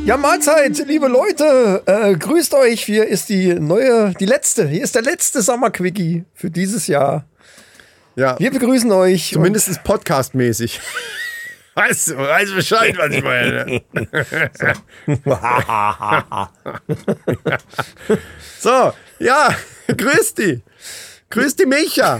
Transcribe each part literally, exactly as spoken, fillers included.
Ja, Mahlzeit, liebe Leute. Äh, grüßt euch. Hier ist die neue, die letzte. Hier ist der letzte Sommer-Quickie für dieses Jahr. Ja. Wir begrüßen euch. Zumindest podcastmäßig. Weißt du, weißt Bescheid, was ich meine. So, ja, grüß die. Grüß die Micha.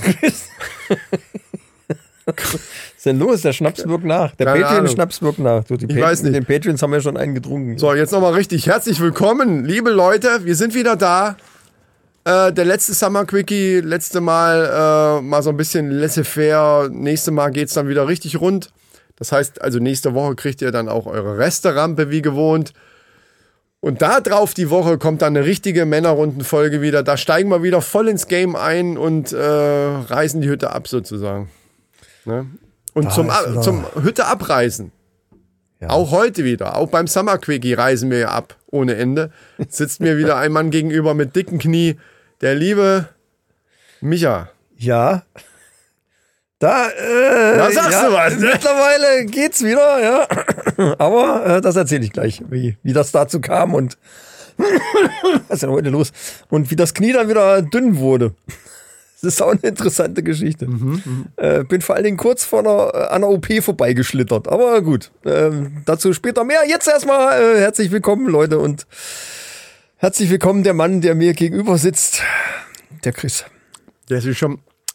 Was ist denn los? Der Schnaps wirkt nach. Der Keine Patreon-Schnaps wirkt nach. Du, die Ich Patreon, weiß nicht. Den Patreons haben wir schon einen getrunken. So, jetzt nochmal richtig herzlich willkommen, liebe Leute. Wir sind wieder da. Äh, der letzte Summer Quickie, letzte Mal äh, mal so ein bisschen laissez-faire. Nächste Mal geht's dann wieder richtig rund. Das heißt, also nächste Woche kriegt ihr dann auch eure Resterampe wie gewohnt. Und da drauf die Woche kommt dann eine richtige Männerrundenfolge wieder. Da steigen wir wieder voll ins Game ein und äh, reißen die Hütte ab sozusagen. Ne? Und Da zum, ist wieder- zum Hütte abreißen. Ja. Auch heute wieder. Auch beim Summer Quickie reisen wir ja ab ohne Ende. Jetzt sitzt mir wieder ein Mann gegenüber mit dicken Knie. Der liebe Micha. Ja. Da, äh, Da sagst ja, du was, ne? Mittlerweile geht's wieder, ja. Aber äh, das erzähle ich gleich, wie, wie das dazu kam und was ist denn heute los? Und wie das Knie dann wieder dünn wurde. Das ist auch eine interessante Geschichte. Mhm, äh, bin vor allen Dingen kurz vor einer, an der O P vorbeigeschlittert. Aber gut, ähm, dazu später mehr. Jetzt erstmal äh, herzlich willkommen, Leute. Und herzlich willkommen der Mann, der mir gegenüber sitzt. Der Chris. Der ist schon.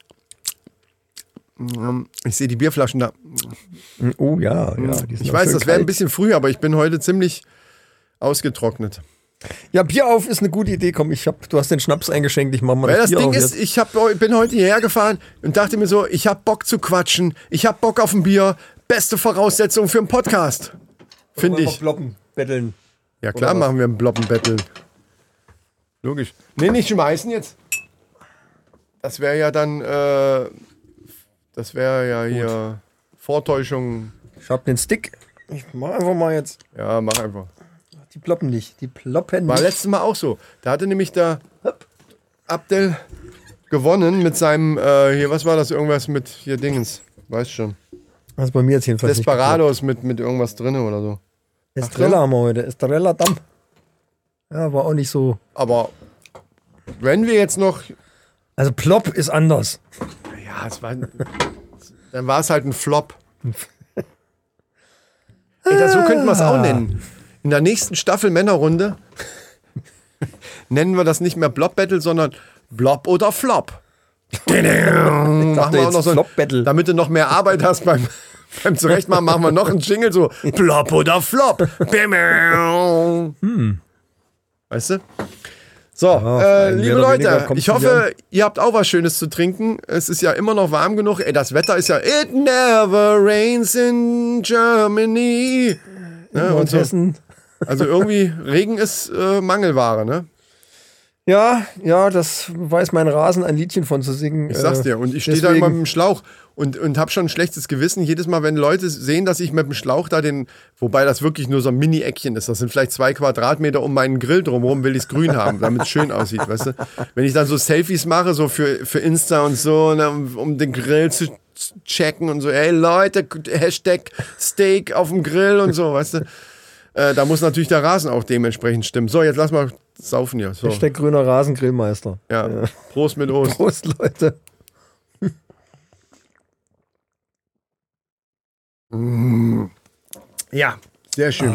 Ich sehe die Bierflaschen da. Oh ja, ja. Die sind Ich auch weiß, schön das wäre ein kalt. bisschen früh, aber ich bin heute ziemlich ausgetrocknet. Ja, Bier auf ist eine gute Idee. Komm, ich hab, du hast den Schnaps eingeschenkt. Ich mach mal Weil das das Bier Ding auf ist, jetzt. ich hab, bin heute hierher gefahren und dachte mir so, ich hab Bock zu quatschen, ich hab Bock auf ein Bier. Beste Voraussetzung für einen Podcast. Finde ich. Bloppen, betteln. Ja klar Oder was? machen wir einen Bloppen-Battle. Logisch. Nee, nicht schmeißen jetzt. Das wäre ja dann, äh, das wäre ja hier Vortäuschung. Ich hab den Stick. Ich mach einfach mal jetzt. Ja, mach einfach. Die ploppen nicht. Die ploppen War nicht. letztes Mal auch so. Da hatte nämlich der Abdel gewonnen mit seinem, äh, hier, was war das? Irgendwas mit hier Dingens. Weißt schon. Das ist bei mir jetzt jedenfalls nicht Desperados mit, mit irgendwas drin oder so. geklappt. Estrella haben wir heute. Estrella Damm. Ja, war auch nicht so. Aber wenn wir jetzt noch, Also Plop ist anders. ja, es war, dann war es halt ein Flop. Ey, das, so könnten wir es auch nennen. In der nächsten Staffel Männerrunde nennen wir das nicht mehr Blob Battle, sondern Blob oder Flop. Machen wir auch noch so ein, Flop-Battle. damit du noch mehr Arbeit hast beim, beim Zurechtmachen, machen wir noch einen Jingle so Blob oder Flop. Hm. Weißt du? So, Ja, äh, ein liebe mehr oder weniger Leute, kommt's ich nicht hoffe, ihr habt auch was Schönes zu trinken. Es ist ja immer noch warm genug. Ey, das Wetter ist ja It never rains in Germany. Ne, und so. Hessen. Also irgendwie, Regen ist äh, Mangelware, ne? Ja, ja, das weiß mein Rasen, ein Liedchen von zu singen. Ich sag's Äh, dir. Und ich stehe da deswegen- immer mit dem Schlauch und, und hab schon ein schlechtes Gewissen. Jedes Mal, wenn Leute sehen, dass ich mit dem Schlauch da den, wobei das wirklich nur so ein Mini-Eckchen ist, das sind vielleicht zwei Quadratmeter um meinen Grill drumherum, will ich's grün haben, damit es schön aussieht, weißt du? Wenn ich dann so Selfies mache, so für, für Insta und so, ne, um, um den Grill zu checken und so, hey Leute, Hashtag Steak auf dem Grill und so, weißt du? Äh, da muss natürlich der Rasen auch dementsprechend stimmen. So, jetzt lass mal saufen hier. So. Hashtag grüner Rasengrillmeister. Ja. Prost mit Ost. Prost, Leute. Ja, sehr schön.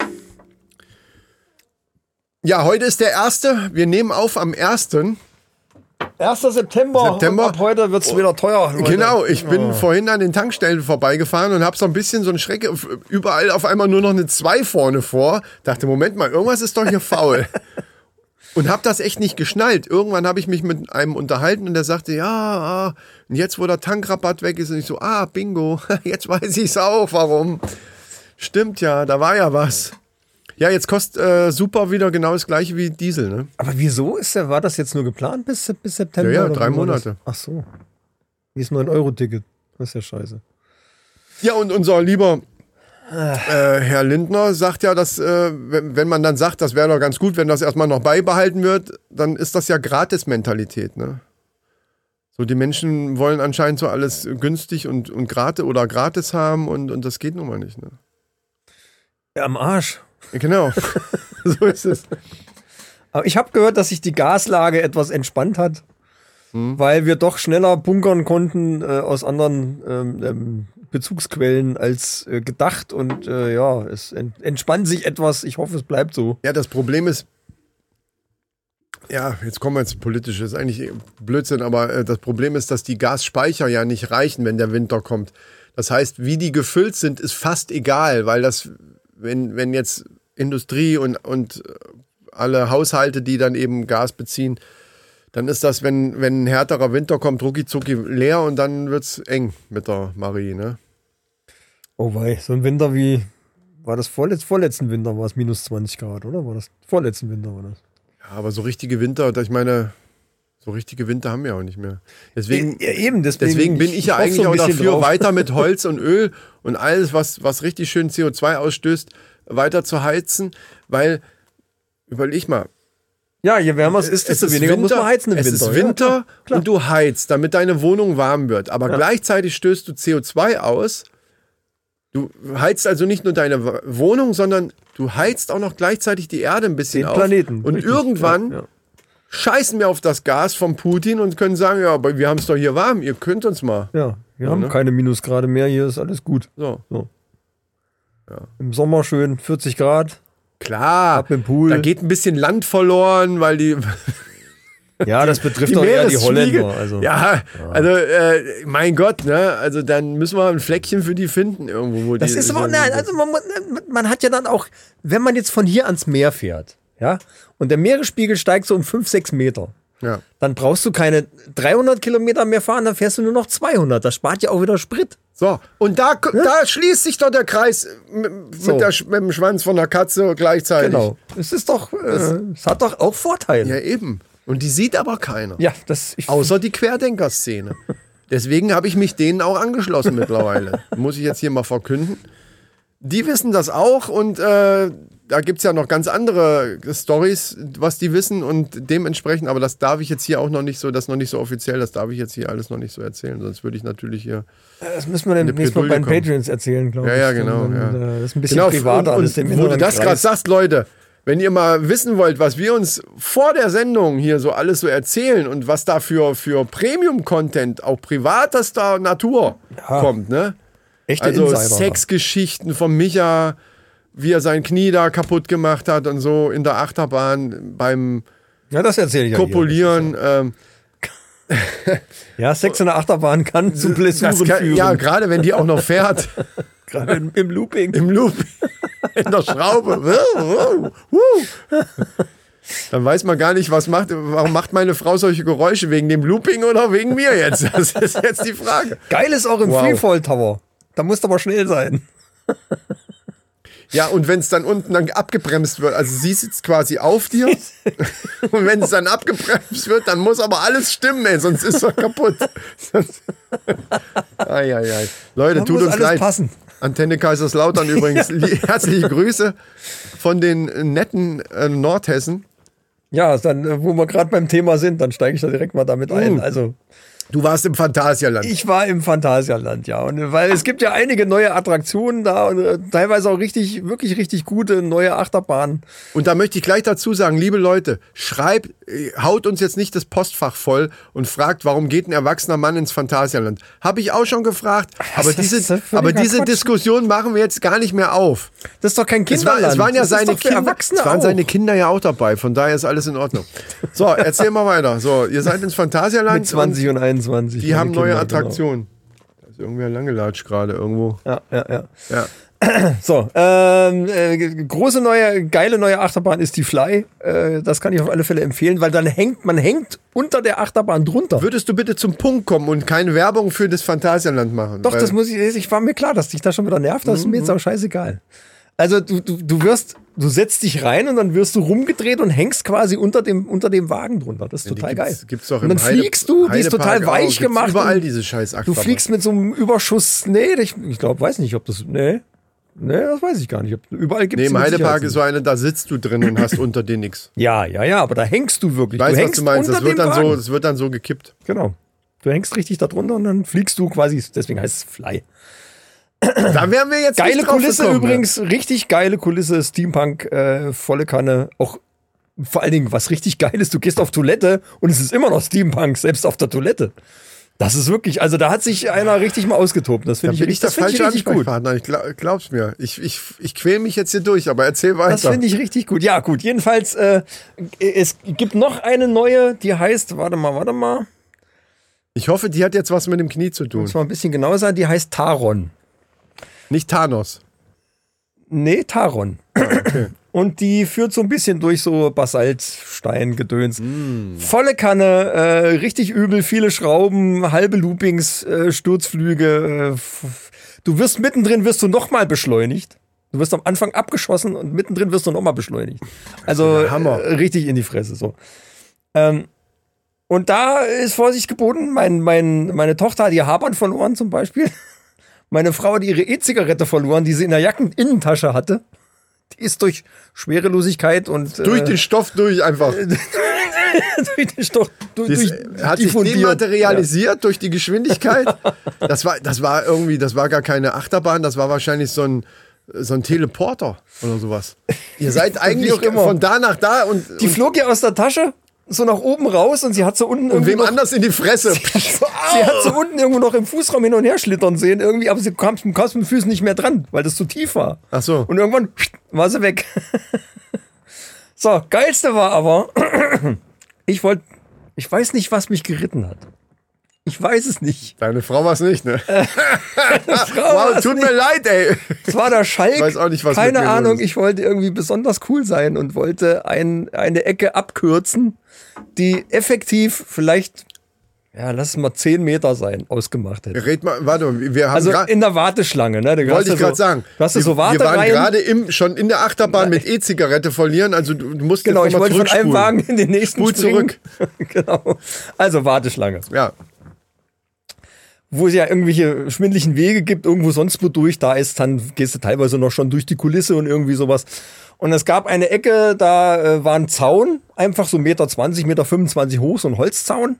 Ja, heute ist der erste. Wir nehmen auf am ersten. erster September. September. Und ab heute wird's wieder teuer. Leute. Genau, ich bin vorhin an den Tankstellen vorbeigefahren und habe so ein bisschen so einen Schreck, überall auf einmal nur noch eine zwei vorne vor. Dachte, Moment mal, irgendwas ist doch hier faul. Und habe das echt nicht geschnallt. Irgendwann habe ich mich mit einem unterhalten und der sagte, ja, ah, und jetzt, wo der Tankrabatt weg ist, und ich so, ah, bingo, jetzt weiß ich's auch, warum. Stimmt ja, da war ja was. Ja, jetzt kostet äh, Super wieder genau das gleiche wie Diesel, ne? Aber wieso ist der, war das jetzt nur geplant bis, bis September? Ja, ja, oder drei wie war das? Monate. Ach so. Wie ist neun Euro Ticket? Das ist ja scheiße. Ja, und unser lieber äh, Herr Lindner sagt ja, dass äh, wenn, wenn man dann sagt, das wäre doch ganz gut, wenn das erstmal noch beibehalten wird, dann ist das ja Gratis-Mentalität, ne? So, die Menschen wollen anscheinend so alles günstig und, und gratis oder gratis haben und, und das geht nun mal nicht, ne? Ja, am Arsch. Genau, so ist es. Aber ich habe gehört, dass sich die Gaslage etwas entspannt hat, hm. weil wir doch schneller bunkern konnten äh, aus anderen ähm, ähm, Bezugsquellen als äh, gedacht. Und äh, ja, es ent- entspannt sich etwas. Ich hoffe, es bleibt so. Ja, das Problem ist, ja, jetzt kommen wir ins Politische, ist eigentlich Blödsinn, aber äh, das Problem ist, dass die Gasspeicher ja nicht reichen, wenn der Winter kommt. Das heißt, wie die gefüllt sind, ist fast egal, weil das, wenn, wenn jetzt Industrie und, und alle Haushalte, die dann eben Gas beziehen, dann ist das, wenn, wenn ein härterer Winter kommt, rucki zucki leer und dann wird's eng mit der Marie, ne? Oh wei, so ein Winter wie, war das vorletz, vorletzten Winter, war es minus zwanzig Grad, oder? War das vorletzten Winter, war das? Ja, aber so richtige Winter, ich meine, so richtige Winter haben wir auch nicht mehr. Deswegen, ja, eben, deswegen, deswegen bin ich, ich ja eigentlich so auch dafür, drauf. weiter mit Holz und Öl und alles, was, was richtig schön C O zwei ausstößt, weiter zu heizen, weil, überleg mal. Ja, je wärmer es ist, desto weniger Winter, muss man heizen im es Winter. Es ist Winter ja, und du heizt, damit deine Wohnung warm wird. Aber ja. gleichzeitig stößt du C O zwei aus. Du heizt also nicht nur deine Wohnung, sondern du heizt auch noch gleichzeitig die Erde ein bisschen Den auf. Planeten. Und richtig. irgendwann ja, ja. scheißen wir auf das Gas von Putin und können sagen, ja, aber wir haben es doch hier warm, ihr könnt uns mal. Ja, wir ja, haben ne? keine Minusgrade mehr, hier ist alles gut. So. so. Ja. Im Sommer schön vierzig Grad. Klar, ab im Pool. Da geht ein bisschen Land verloren, weil die... Ja, das betrifft doch eher die Holländer. Also. Ja, also äh, mein Gott, ne? Also dann müssen wir ein Fleckchen für die finden irgendwo. Wo das die, ist aber, nein, also man, man hat ja dann auch, wenn man jetzt von hier ans Meer fährt, ja, und der Meeresspiegel steigt so um fünf, sechs Meter, ja. dann brauchst du keine dreihundert Kilometer mehr fahren, dann fährst du nur noch zweihundert. Das spart ja auch wieder Sprit. So, und da, ja? da schließt sich doch der Kreis mit, so. mit, der, mit dem Schwanz von der Katze gleichzeitig. Genau. Es ist doch, äh, es hat doch auch Vorteile. Ja, eben. Und die sieht aber keiner. Ja, das ich außer die Querdenker-Szene. Deswegen habe ich mich denen auch angeschlossen mittlerweile. Muss ich jetzt hier mal verkünden. Die wissen das auch und äh, da gibt es ja noch ganz andere Storys, was die wissen und dementsprechend, aber das darf ich jetzt hier auch noch nicht so, das ist noch nicht so offiziell, das darf ich jetzt hier alles noch nicht so erzählen, sonst würde ich natürlich hier... Das müssen wir dann nächstes Mal bei den Patreons erzählen, glaube ich. Ja, ja, genau. Dann, ja. Das ist ein bisschen genau, privat und, alles. Und wo du das gerade sagst, Leute, wenn ihr mal wissen wollt, was wir uns vor der Sendung hier so alles so erzählen und was da für, für Premium-Content, auch privatester Natur ja. kommt, ne? Echte also Insider. Sexgeschichten von Micha, wie er sein Knie da kaputt gemacht hat und so in der Achterbahn beim ja, das erzähle ich ja Kopulieren. Ja, ähm, ja, Sex in der Achterbahn kann zu Blessuren kann, führen. Ja, gerade wenn die auch noch fährt. Gerade im, im Looping. Im Looping. In der Schraube. Dann weiß man gar nicht, was macht, warum macht meine Frau solche Geräusche? Wegen dem Looping oder wegen mir jetzt? Das ist jetzt die Frage. Geil ist auch im wow. Freefall Tower. Da musst du aber schnell sein. Ja, und wenn es dann unten dann abgebremst wird, also sie sitzt quasi auf dir und wenn es dann abgebremst wird, dann muss aber alles stimmen, ey, sonst ist er kaputt. ai, ai, ai. Leute, da tut muss uns alles leid. Passen. Antenne Kaiserslautern übrigens. Herzliche Grüße von den netten äh, Nordhessen. Ja, dann, wo wir gerade beim Thema sind, dann steige ich da direkt mal damit ein. Mm. Also, du warst im Phantasialand. Ich war im Phantasialand, ja. Und weil es gibt ja einige neue Attraktionen da und äh, teilweise auch richtig, wirklich richtig gute neue Achterbahnen. Und da möchte ich gleich dazu sagen, liebe Leute, schreibt, haut uns jetzt nicht das Postfach voll und fragt, warum geht ein erwachsener Mann ins Phantasialand? Habe ich auch schon gefragt. Aber das diese, aber diese Diskussion machen wir jetzt gar nicht mehr auf. Das ist doch kein Es, war, Kinderland. es waren ja das ist seine doch für Kinder, Erwachsene es waren auch. seine Kinder ja auch dabei. Von daher ist alles in Ordnung. So, erzähl mal weiter. So, ihr seid ins Phantasialand. Mit zwanzig und einundzwanzig. Die haben neue Kinder, Attraktionen. Genau. Da ist irgendwer langelatscht gerade irgendwo. Ja, ja, ja. Ja. So, ähm, äh, große neue, geile neue Achterbahn ist die Fly. Äh, das kann ich auf alle Fälle empfehlen, weil dann hängt, man hängt unter der Achterbahn drunter. Würdest du bitte zum Punkt kommen und keine Werbung für das Phantasialand machen? Doch, das muss ich, ich war mir klar, dass dich das schon wieder nervt, das ist mir jetzt auch scheißegal. Also du, du, du wirst, du setzt dich rein und dann wirst du rumgedreht und hängst quasi unter dem, unter dem Wagen drunter. Das ist Ja, total gibt's, geil. Gibt's doch und dann im Heide, fliegst du, die ist total Heidepark weich auch. Gibt's gemacht. Überall und diese scheiß Du fliegst mit so einem Überschuss, nee, ich, ich glaube, weiß nicht, ob das, nee, nee, das weiß ich gar nicht. Ob, überall gibt's Nee, im mit Heidepark Sicherheit ist so eine, da sitzt du drin und hast unter dir nichts. Ja, ja, ja, aber da hängst du wirklich. Ich weiß, du was hängst du meinst. unter Das wird, dem dann so, Wagen. das wird dann so gekippt. Genau. Du hängst richtig da drunter und dann fliegst du quasi, deswegen heißt es Fly. Da wären wir jetzt Geile nicht drauf Kulisse gekommen, übrigens, richtig geile Kulisse, Steampunk, äh, volle Kanne. Auch vor allen Dingen, was richtig geil ist, du gehst auf Toilette und es ist immer noch Steampunk, selbst auf der Toilette. Das ist wirklich, also da hat sich einer richtig mal ausgetobt. Das finde ich, bin richtig, das find ich richtig gut. Ich glaub, glaub's mir. Ich, ich, ich quäl mich jetzt hier durch, aber erzähl weiter. Das finde ich richtig gut. Ja, gut. Jedenfalls, äh, es gibt noch eine neue, die heißt, warte mal, warte mal. Ich hoffe, die hat jetzt was mit dem Knie zu tun. Muss mal ein bisschen genauer sein, die heißt Taron. Nicht Thanos. Nee, Taron. Okay. Und die führt so ein bisschen durch so Basaltsteingedöns. Mm. Volle Kanne, äh, richtig übel, viele Schrauben, halbe Loopings, äh, Sturzflüge. Äh, f- du wirst mittendrin, wirst du nochmal beschleunigt. Du wirst am Anfang abgeschossen und mittendrin wirst du nochmal beschleunigt. Also ja Hammer. Äh, richtig in die Fresse. So. Ähm, und da ist Vorsicht geboten. Mein, mein, meine Tochter hat ihr Haarband verloren zum Beispiel. Meine Frau hat ihre E-Zigarette verloren, die sie in der Jackeninnentasche hatte. Die ist durch Schwerelosigkeit und... Durch äh, den Stoff durch einfach. durch den Stoff durch, Das durch hat sich diffundiert. dematerialisiert ja. durch die Geschwindigkeit. Das war, das war irgendwie, das war gar keine Achterbahn, das war wahrscheinlich so ein, so ein Teleporter oder sowas. Ihr seid eigentlich von da nach da und... Die und flog ihr aus der Tasche, so nach oben raus und sie hat so unten... Und wem noch, anders in die Fresse. Sie, sie hat so unten irgendwo noch im Fußraum hin und her schlittern sehen irgendwie, aber sie kam, kam mit den Füßen nicht mehr dran, weil das zu tief war. Ach so. Und irgendwann war sie weg. So, geilste war aber, ich wollte, ich weiß nicht, was mich geritten hat. Ich weiß es nicht. Deine Frau war es nicht, ne? Frau Wow, tut mir leid, ey. Es war der Schalk. Ich weiß auch nicht, was Keine mit mir Ahnung, los ist. ich wollte irgendwie besonders cool sein und wollte ein, eine Ecke abkürzen, die effektiv vielleicht, ja, lass es mal zehn Meter sein, ausgemacht hätte. Red mal, warte, wir haben Also grad, in der Warteschlange, ne? Du hast wollte ja ich gerade so, sagen. Du hast ja wir, so wir waren Wartereihen. gerade im, schon in der Achterbahn mit E-Zigarette verlieren, also du, du musst Genau, jetzt ich noch mal wollte von einem zurückspulen. Wagen in den nächsten Spul springen. zurück. Genau. Also Warteschlange. Ja. Wo es ja irgendwelche schwindlichen Wege gibt, irgendwo sonst wo durch, da ist, dann gehst du teilweise noch schon durch die Kulisse und irgendwie sowas. Und es gab eine Ecke, da äh, war ein Zaun, einfach so Meter zwanzig, Meter fünfundzwanzig hoch, so ein Holzzaun.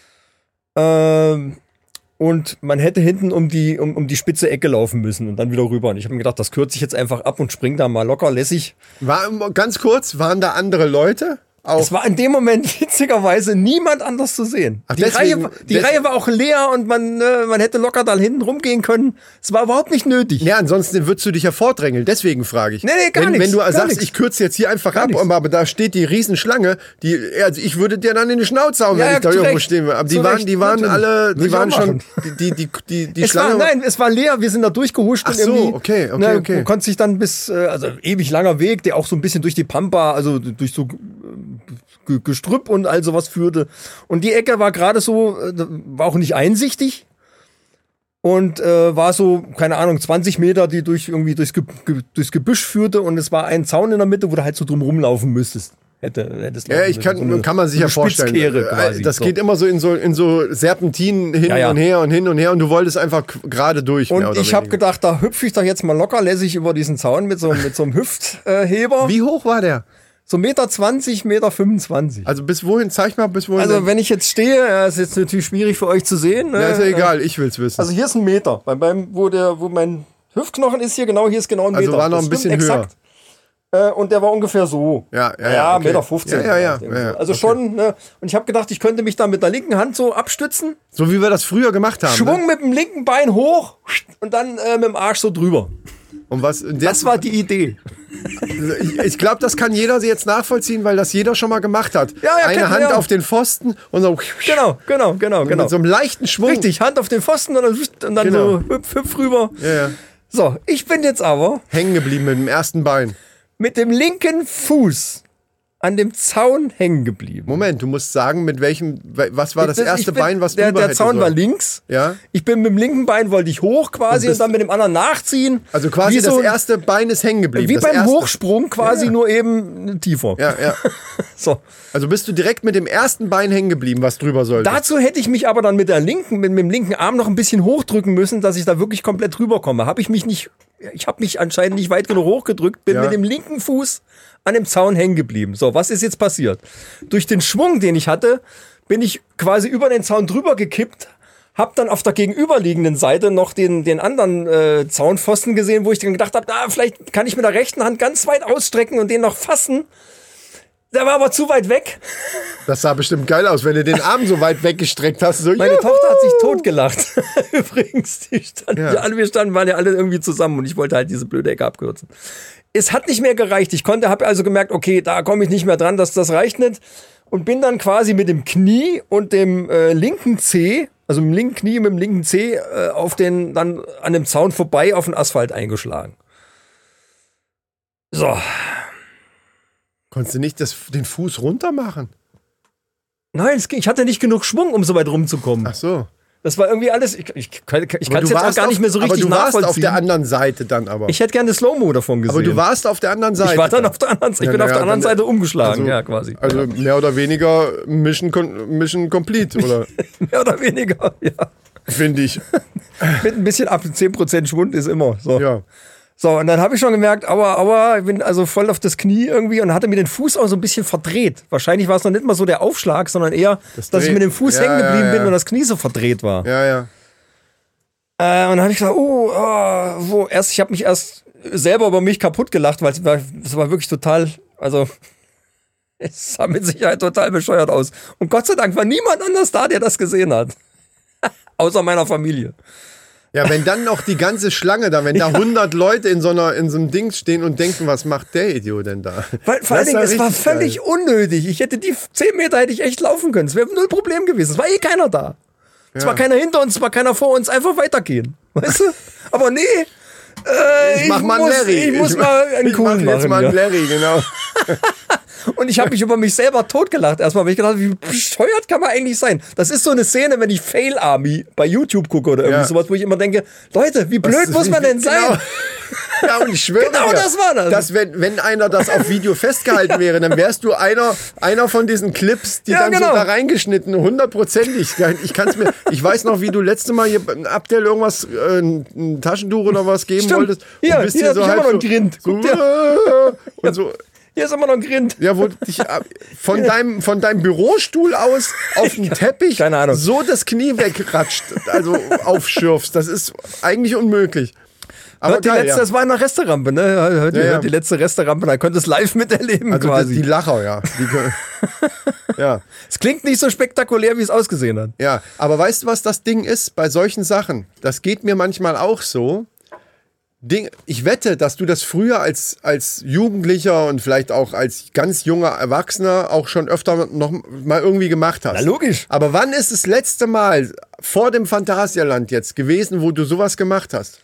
Ähm, und man hätte hinten um die, um, um die spitze Ecke laufen müssen und dann wieder rüber. Und ich habe mir gedacht, das kürze ich jetzt einfach ab und spring da mal locker lässig. War, ganz kurz, waren da andere Leute? Auch. Es war in dem Moment witzigerweise niemand anders zu sehen. Ach, die deswegen- Reihe, die des- Reihe war auch leer und man, äh, man hätte locker da hinten rumgehen können. Es war überhaupt nicht nötig. Ja, ansonsten würdest du dich ja vordrängeln, deswegen frage ich. Nee, nee, gar wenn, nix, wenn du gar sagst, nix. ich kürze jetzt hier einfach Gar ab, nix. aber da steht die Riesenschlange, die, also ich würde dir dann in die Schnauze hauen, Ja, wenn ja, ich da zu irgendwo Recht. stehen würde. Aber die Zu waren, Recht, die waren natürlich. alle, Würde die ich auch waren schon, machen. die, die, die, die Es war, Schlange. nein, es war leer, wir sind da durchgehuscht Ach und so, irgendwie. okay, okay, ne, okay. Du konntest dich dann bis, äh, also ewig langer Weg, der auch so ein bisschen durch die Pampa, also durch so äh, Gestrüpp und all sowas führte. Und die Ecke war gerade so, äh, war auch nicht einsichtig. Und äh, war so, keine Ahnung, zwanzig Meter, die durch irgendwie durchs, Ge Ge durchs Gebüsch führte. Und es war ein Zaun in der Mitte, wo du halt so drum rumlaufen müsstest. Hätte, hättest Ja, laufen ich kann, müssen. So eine- kann man sich so ja eine vorstellen. Spitzkehre Äh, quasi. Das so. geht immer so in so, in so Serpentinen hin Ja, ja. und her und hin und her und du wolltest einfach k- gerade durch. Und mehr oder ich habe weniger. gedacht, da hüpfe ich doch jetzt mal locker lässig über diesen Zaun mit so, mit so einem Hüftheber. Wie hoch war der? So Meter zwanzig, Meter fünfundzwanzig. Also bis wohin? Zeig mal, bis wohin. Also wenn ich jetzt stehe, ja, ist jetzt natürlich schwierig für euch zu sehen. Ne? ja, ist ja egal, ich will's wissen. Also hier ist ein Meter. Bei meinem, wo, der, wo mein Hüftknochen ist hier, genau hier ist genau ein Meter. Also war noch Das ein bisschen stimmt höher. exakt. Äh, und der war ungefähr so. Ja, ja, ja, ja okay. Meter fünfzehn. Ja, ja, ja, vielleicht ja, ja, Also okay. schon, ne? Und ich habe gedacht, ich könnte mich da mit der linken Hand so abstützen. So wie wir das früher gemacht haben. Schwung Ne? mit dem linken Bein hoch und dann äh, mit dem Arsch so drüber. Und was, und Das war die Idee. ich ich glaube, das kann jeder jetzt nachvollziehen, weil das jeder schon mal gemacht hat. Ja, ja, Eine kennt- Hand ja. auf den Pfosten und so Genau, genau, genau, genau. mit so einem leichten Schwung. Richtig, Hand auf den Pfosten und dann, und dann Genau. so hüpf, hüpf rüber. Ja, ja. So, ich bin jetzt aber Hängen geblieben mit dem ersten Bein. mit dem linken Fuß an dem Zaun hängen geblieben. Moment, du musst sagen, mit welchem, was war das Ich erste bin- Bein, was der, drüber der hätte Zaun sollen? war links. Ja. Ich bin mit dem linken Bein, wollte ich hoch quasi Und und, bist- dann mit dem anderen nachziehen. Also quasi Wie das so, erste Bein ist hängen geblieben. Wie das beim erste. Hochsprung quasi, Ja. nur eben tiefer. Ja, ja. So. Also bist du direkt mit dem ersten Bein hängen geblieben, was drüber sollte. Dazu hätte ich mich aber dann mit der linken, mit, mit dem linken Arm noch ein bisschen hochdrücken müssen, dass ich da wirklich komplett drüber komme. Habe ich mich nicht, ich habe mich anscheinend nicht weit genug hochgedrückt, bin Ja. mit dem linken Fuß an dem Zaun hängen geblieben. So, was ist jetzt passiert? Durch den Schwung, den ich hatte, bin ich quasi über den Zaun drüber gekippt, hab dann auf der gegenüberliegenden Seite noch den, den anderen äh, Zaunpfosten gesehen, wo ich dann gedacht habe, na, vielleicht kann ich mit der rechten Hand ganz weit ausstrecken und den noch fassen. Der war aber zu weit weg. Das sah bestimmt geil aus, wenn du den Arm so weit weggestreckt hast. So, Meine juhu! Tochter hat sich totgelacht. Übrigens, die standen, Ja. wir, alle, wir standen, waren ja alle irgendwie zusammen und ich wollte halt diese blöde Ecke abkürzen. Es hat nicht mehr gereicht. Ich konnte, habe also gemerkt, okay, da komme ich nicht mehr dran, das, das reicht nicht. Und bin dann quasi mit dem Knie und dem äh, linken Zeh, also mit dem linken Knie und mit dem linken Zeh, äh, auf den, dann an dem Zaun vorbei auf den Asphalt eingeschlagen. So. Konntest du nicht das, den Fuß runter machen? Nein, es ging, ich hatte nicht genug Schwung, um so weit rumzukommen. Ach so. Das war irgendwie alles, ich, ich, ich kann es jetzt du auch warst gar auf, nicht mehr so richtig aber du warst nachvollziehen. auf der anderen Seite dann aber. Ich hätte gerne Slow-Mo davon gesehen. aber du warst auf der anderen Seite. Ich war dann auf der anderen Seite. Ich Ja, bin na auf der ja, anderen dann- Seite umgeschlagen, also- ja, quasi. Also mehr oder weniger Mission, con- Mission Complete, oder? Mehr oder weniger, ja. Finde ich. Mit ein bisschen ab zehn Prozent Schwund ist immer. So, Ja. so und dann habe ich schon gemerkt, aber, aber ich bin also voll auf das Knie irgendwie und hatte mir den Fuß auch so ein bisschen verdreht. Wahrscheinlich war es noch nicht mal so der Aufschlag, sondern eher, Das dass ich Dreh- mit dem Fuß Ja, hängen geblieben ja, ja. bin und das Knie so verdreht war. Ja, ja. Äh, und dann habe ich gesagt, oh, oh, wo erst, ich habe mich erst selber über mich kaputt gelacht, weil es war, es war wirklich total, also es sah mit Sicherheit total bescheuert aus. Und Gott sei Dank war niemand anders da, der das gesehen hat. Außer meiner Familie. Ja, wenn dann noch die ganze Schlange da, wenn da hundert Leute in so, einer, in so einem Ding stehen und denken, was macht der Idiot denn da? Weil, vor allen Das Dingen, war es war richtig völlig geil. unnötig. Ich hätte die zehn Meter hätte ich echt laufen können. Es wäre null Problem gewesen. Es war eh keiner da. Es war keiner hinter uns, es war keiner vor uns. Einfach weitergehen. Weißt du? Aber nee. Äh, Ich mach mal einen muss, Larry. Ich muss mal einen ich coolen mach jetzt machen. mal einen ja. Larry, genau. Und ich habe mich über mich selber totgelacht erstmal, weil ich gedacht habe, wie bescheuert kann man eigentlich sein? Das ist so eine Szene, wenn ich Fail Army bei YouTube gucke oder irgendwie Ja. sowas, wo ich immer denke, Leute, wie blöd Was- muss man denn sein? Genau. Ja, und ich schwöre Genau dir, das war das. dass wenn, wenn einer das auf Video festgehalten wäre, dann wärst du einer, einer von diesen Clips, die Ja, dann genau. so da reingeschnitten, hundertprozentig. Ich kann's mir, ich weiß noch, wie du letzte Mal hier Abdel irgendwas, äh, ein Taschentuch oder was geben Stimmt. wolltest. Hier, und bist hier dir so hab ich halb immer noch so, einen Grind. so, Guck dir. und so. Hier ist immer noch ein Grind. Ja, wo du dich ab- von deinem, von deinem Bürostuhl aus auf den Teppich Keine Ahnung. so das Knie wegratscht, also aufschürfst. Das ist eigentlich unmöglich. Aber Hört die geil, letzte, ja. Das war in der Resterampe, ne? Hört, Ja, ihr, ja. hört die letzte Resterampe, da könnt ihr es live miterleben Also quasi. die, die Lacher, ja. Die, können- ja. Es klingt nicht so spektakulär, wie es ausgesehen hat. Ja, aber weißt du, was das Ding ist bei solchen Sachen? Das geht mir manchmal auch so. Ding, ich wette, dass du das früher als, als Jugendlicher und vielleicht auch als ganz junger Erwachsener auch schon öfter noch mal irgendwie gemacht hast. Na, logisch. Aber wann ist das letzte Mal vor dem Phantasialand jetzt gewesen, wo du sowas gemacht hast?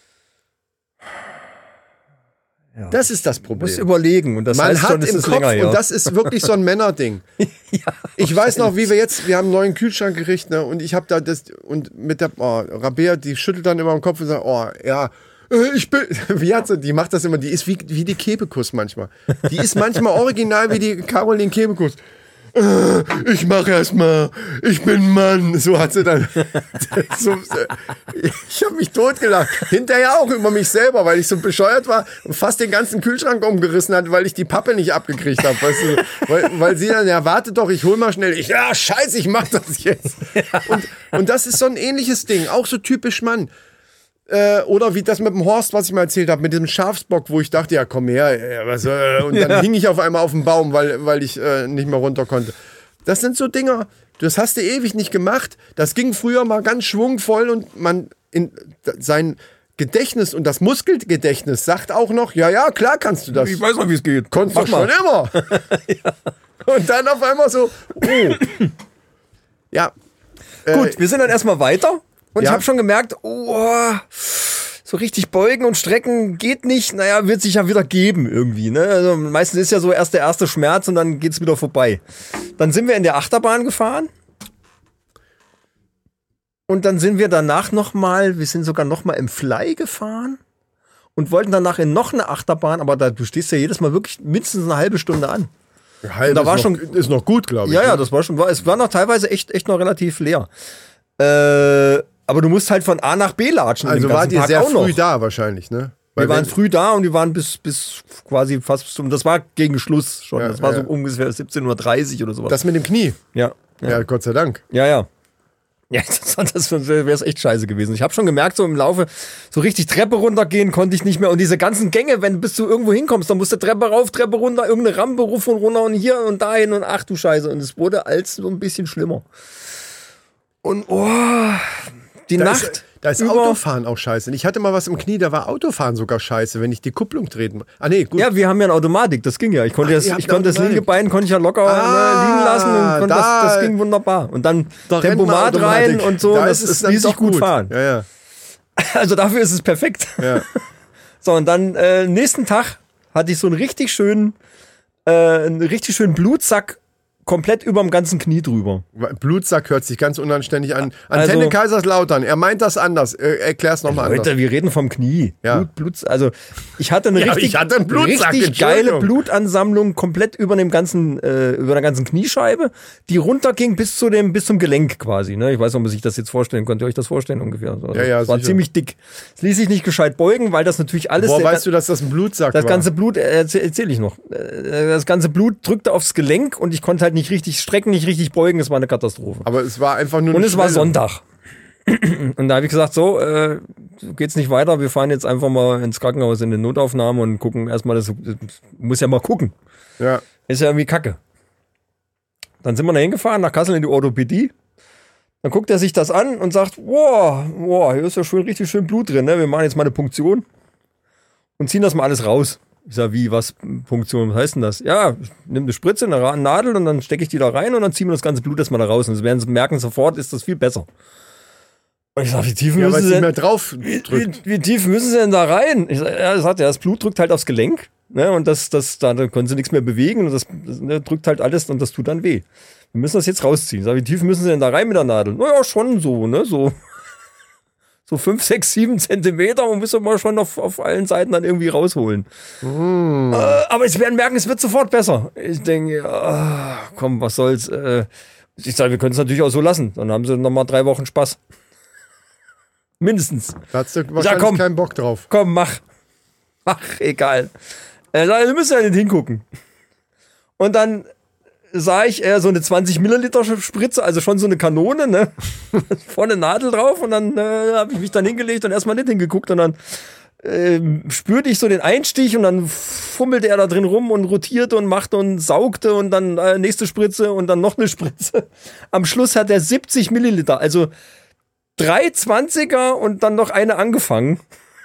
Ja. Das ist das Muss Problem. überlegen. Und das Man heißt hat schon, es im ist Kopf, länger, ja. und das ist wirklich so ein Männerding. Ich weiß noch, wie wir jetzt, wir haben einen neuen Kühlschrank gerichtet, ne, und ich habe da das, und mit der, oh, Rabea, die schüttelt dann immer im Kopf und sagt, oh, ja, äh, ich bin, wie hat sie, die macht das immer, die ist wie, wie die Kebekus manchmal. Die ist manchmal original wie die Caroline Kebekus. Äh, ich mache erst mal, ich bin Mann. So hat sie dann. so, ich habe mich totgelacht. Hinterher auch über mich selber, weil ich so bescheuert war und fast den ganzen Kühlschrank umgerissen hat, weil ich die Pappe nicht abgekriegt habe. Weißt du? weil, weil sie dann, ja, warte doch, ich hol mal schnell. Ich, ja, scheiße, ich mach das jetzt. Und, und das ist so ein ähnliches Ding, auch so typisch Mann. Äh, oder wie das mit dem Horst, was ich mal erzählt habe, mit dem Schafsbock, wo ich dachte, ja, komm her. Ja, was, äh, und dann Ja. hing ich auf einmal auf dem Baum, weil, weil ich äh, nicht mehr runter konnte. Das sind so Dinger, das hast du ewig nicht gemacht. Das ging früher mal ganz schwungvoll und man in sein Gedächtnis und das Muskelgedächtnis sagt auch noch, ja, ja, klar kannst du das. Ich weiß noch, wie es geht. Konntest du Mach schon mal. immer. Und dann auf einmal so, oh. Ja. Gut, wir sind dann erstmal weiter. Und ich ja. habe schon gemerkt, oh, so richtig beugen und strecken geht nicht. Naja, wird sich ja wieder geben irgendwie. Ne? Also meistens ist ja so erst der erste Schmerz und dann geht's wieder vorbei. Dann sind wir in der Achterbahn gefahren. Und dann sind wir danach nochmal, wir sind sogar nochmal im Fly gefahren. Und wollten danach in noch eine Achterbahn. Aber da, du stehst ja jedes Mal wirklich mindestens eine halbe Stunde an. Halb da ist war noch, schon- ist noch gut, glaube ich. Ja, ne? ja, das war schon, war, es war noch teilweise echt, echt noch relativ leer. Äh, aber du musst halt von A nach B latschen. in Also dem ganzen wart ihr Park sehr auch noch. früh da wahrscheinlich, ne? Wir waren wenn- früh da und wir waren bis, bis quasi fast zum, das war gegen Schluss schon. Ja, das war ja. so ungefähr siebzehn Uhr dreißig oder sowas. Das mit dem Knie. ja, ja, Ja, Gott sei Dank. ja, ja. Ja, das, das wäre es echt scheiße gewesen. Ich habe schon gemerkt, so im Laufe, so richtig Treppe runtergehen konnte ich nicht mehr. Und diese ganzen Gänge, wenn bis du irgendwo hinkommst, dann musst du Treppe rauf, Treppe runter, irgendeine Rampe ruf und runter und hier und dahin und ach du Scheiße. Und es wurde als so ein bisschen schlimmer. Und oh, die da Nacht. Ist, da ist Autofahren auch scheiße. Ich hatte mal was im Knie, da war Autofahren sogar scheiße, wenn ich die Kupplung treten. Ah nee, gut. Ja, wir haben ja eine Automatik, das ging ja. Ich konnte, Ach, das, ich konnte das linke Bein konnte ich ja locker ah, liegen lassen und konnte da, das, das ging wunderbar. Und dann Tempomat rein und so, da das ist, ist ließ sich gut, gut fahren. Ja, ja. Also dafür ist es perfekt. Ja. So, und dann äh, nächsten Tag hatte ich so einen richtig schönen, äh, einen richtig schönen Blutsack komplett über dem ganzen Knie drüber. Blutsack hört sich ganz unanständig an. Antenne also, Kaiserslautern, er meint das anders. Äh, Erklär's nochmal anders. Leute, wir reden vom Knie. Ja. Blut, Blut, also ich hatte eine ja, richtig, ich hatte einen Blutsack, richtig geile Blutansammlung komplett über dem ganzen, äh, über der ganzen Kniescheibe, die runterging bis zu dem, bis zum Gelenk quasi. Ne? Ich weiß nicht, ob man sich das jetzt vorstellen. Könnt ihr euch das vorstellen ungefähr? Also, ja, ja, das war sicher. ziemlich dick. Es ließ sich nicht gescheit beugen, weil das natürlich alles. Woher der, weißt du, dass das ein Blutsack das war? Das ganze Blut, äh, erzähl, erzähl ich noch. Äh, das ganze Blut drückte aufs Gelenk und ich konnte halt nicht richtig strecken, nicht richtig beugen, es war eine Katastrophe. Aber es war einfach nur Und eine es Schwelle. war Sonntag. Und da habe ich gesagt, so, äh, geht's nicht weiter, wir fahren jetzt einfach mal ins Krankenhaus in die Notaufnahme und gucken erstmal, das, das muss ja mal gucken. Ja. Ist ja irgendwie kacke. Dann sind wir da hingefahren, nach Kassel in die Orthopädie. Dann guckt er sich das an und sagt, wow, wow, hier ist ja schön, richtig schön Blut drin, ne? Wir machen jetzt mal eine Punktion und ziehen das mal alles raus. Ich sag, wie, was, Punktion, was heißt denn das? Ja, ich nehme eine Spritze, eine Nadel und dann stecke ich die da rein und dann ziehen wir das ganze Blut erstmal da raus. Und das werden sie merken, sofort ist das viel besser. Und ich sag, wie tief ja, müssen sie denn, mehr drauf wie, wie, wie tief müssen sie denn da rein? Ich sag, ja, das hat ja, das Blut drückt halt aufs Gelenk, ne, und das, das, da, da können sie nichts mehr bewegen und das, das ne, drückt halt alles und das tut dann weh. Wir müssen das jetzt rausziehen. Ich sag, wie tief müssen sie denn da rein mit der Nadel? Naja, schon so, ne, so. So fünf, sechs, sieben Zentimeter und müssen wir schon auf, auf allen Seiten dann irgendwie rausholen. Mm. Äh, aber sie werden merken, es wird sofort besser. Ich denke, oh, komm, was soll's. Äh, ich sage, wir können es natürlich auch so lassen. Dann haben sie nochmal drei Wochen Spaß. Mindestens. Da hast du wahrscheinlich sag, komm, keinen Bock drauf. Komm, mach. Mach, egal. Äh, wir müssen ja nicht hingucken. Und dann sah ich eher so eine zwanzig Milliliter Spritze, also schon so eine Kanone, ne? Vorne Nadel drauf und dann äh, habe ich mich dann hingelegt und erstmal nicht hingeguckt und dann äh, spürte ich so den Einstich und dann fummelte er da drin rum und rotierte und machte und saugte und dann äh, nächste Spritze und dann noch eine Spritze. Am Schluss hat er siebzig Milliliter, also drei zwanziger und dann noch eine angefangen.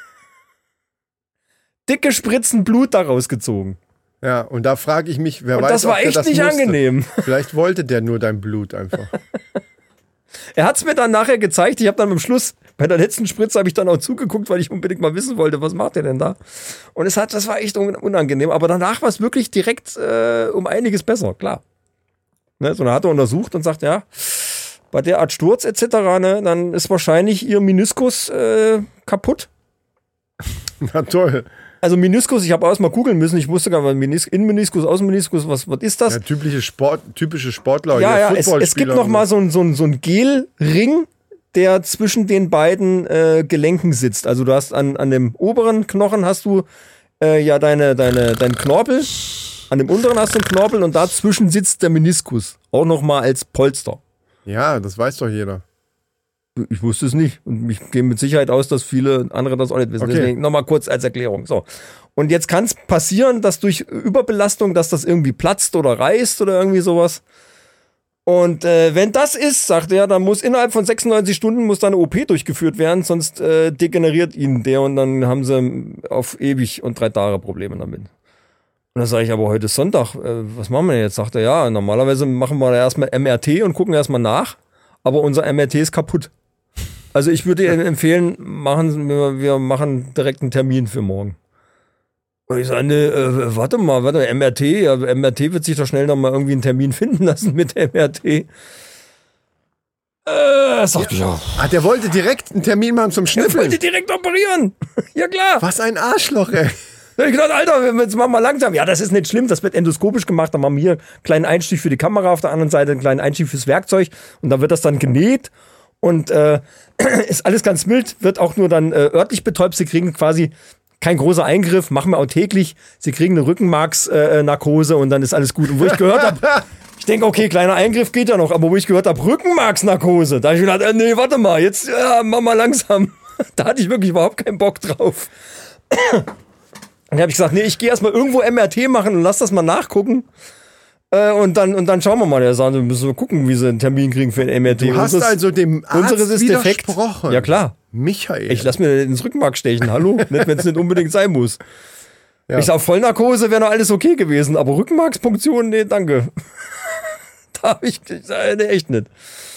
Dicke Spritzen Blut daraus gezogen. Ja, und da frage ich mich, wer und weiß, das war ob der echt das nicht musste. angenehm. Vielleicht wollte der nur dein Blut einfach. Er hat es mir dann nachher gezeigt. Ich habe dann am Schluss, bei der letzten Spritze, habe ich dann auch zugeguckt, weil ich unbedingt mal wissen wollte, was macht der denn da? Und es hat, das war echt unangenehm. Aber danach war es wirklich direkt äh, um einiges besser, klar. Ne, so, dann hat er untersucht und sagt, ja, bei der Art Sturz et cetera, ne, dann ist wahrscheinlich ihr Meniskus äh, kaputt. Na toll. Also Meniskus, ich habe erst mal googeln müssen, ich wusste gar nicht, Menis- Innenmeniskus, Außenmeniskus, was, was ist das? Ja, typische, Sport, typische Sportler. Ja, ja, es, es gibt noch mal so einen so ein, so ein Gelring, der zwischen den beiden äh, Gelenken sitzt. Also du hast an, an dem oberen Knochen hast du äh, ja deine, deine, deinen Knorpel, an dem unteren hast du einen Knorpel und dazwischen sitzt der Meniskus. Auch noch mal als Polster. Ja, das weiß doch jeder. Ich wusste es nicht. Und ich gehe mit Sicherheit aus, dass viele andere das auch nicht wissen. Okay. Deswegen nochmal kurz als Erklärung. So. Und jetzt kann es passieren, dass durch Überbelastung, dass das irgendwie platzt oder reißt oder irgendwie sowas. Und äh, wenn das ist, sagt er, dann muss innerhalb von sechsundneunzig Stunden muss da eine O P durchgeführt werden, sonst äh, degeneriert ihnen der und dann haben sie auf ewig und drei Tage Probleme damit. Und dann sage ich, aber heute ist Sonntag, äh, was machen wir jetzt? Sagt er, ja, normalerweise machen wir da erstmal M R T und gucken erstmal nach, aber unser M R T ist kaputt. Also ich würde Ihnen empfehlen, machen wir, wir machen direkt einen Termin für morgen. Und ich sage, ne, äh, warte mal, warte, M R T, ja, M R T wird sich doch schnell nochmal irgendwie einen Termin finden lassen mit M R T. Äh, sagt ja. ja. Ah, der wollte direkt einen Termin machen zum Schnüffeln. Der wollte direkt operieren. Ja klar. Was ein Arschloch, ey. Da hab ich gedacht, Alter, jetzt machen wir langsam. Ja, das ist nicht schlimm, das wird endoskopisch gemacht. Dann machen wir hier einen kleinen Einstich für die Kamera, auf der anderen Seite einen kleinen Einstich fürs Werkzeug. Und dann wird das dann genäht. Und äh, ist alles ganz mild, wird auch nur dann äh, örtlich betäubt. Sie kriegen quasi kein großer Eingriff, machen wir auch täglich. Sie kriegen eine Rückenmarksnarkose äh, und dann ist alles gut. Und wo ich gehört habe, Ich denke, okay, kleiner Eingriff geht ja noch, aber wo ich gehört habe, Rückenmarksnarkose, da habe ich gedacht, äh, nee, warte mal, jetzt ja, mach mal langsam. Da hatte ich wirklich überhaupt keinen Bock drauf. Dann habe ich gesagt, nee, ich gehe erstmal irgendwo M R T machen und lass das mal nachgucken. Äh, und, dann, und dann schauen wir mal. Der sagt, wir müssen gucken, wie sie einen Termin kriegen für ein M R T. Du hast unseres, also dem Arzt unseres ist defekt. widersprochen. Ja, klar. Michael. Ich lass mir ins Rückenmark stechen, hallo? Wenn es nicht unbedingt sein muss. Ja. Ich sag, Vollnarkose wäre noch alles okay gewesen, aber Rückenmarkspunktion, nee, danke. Da habe ich gesagt, nee, echt nicht.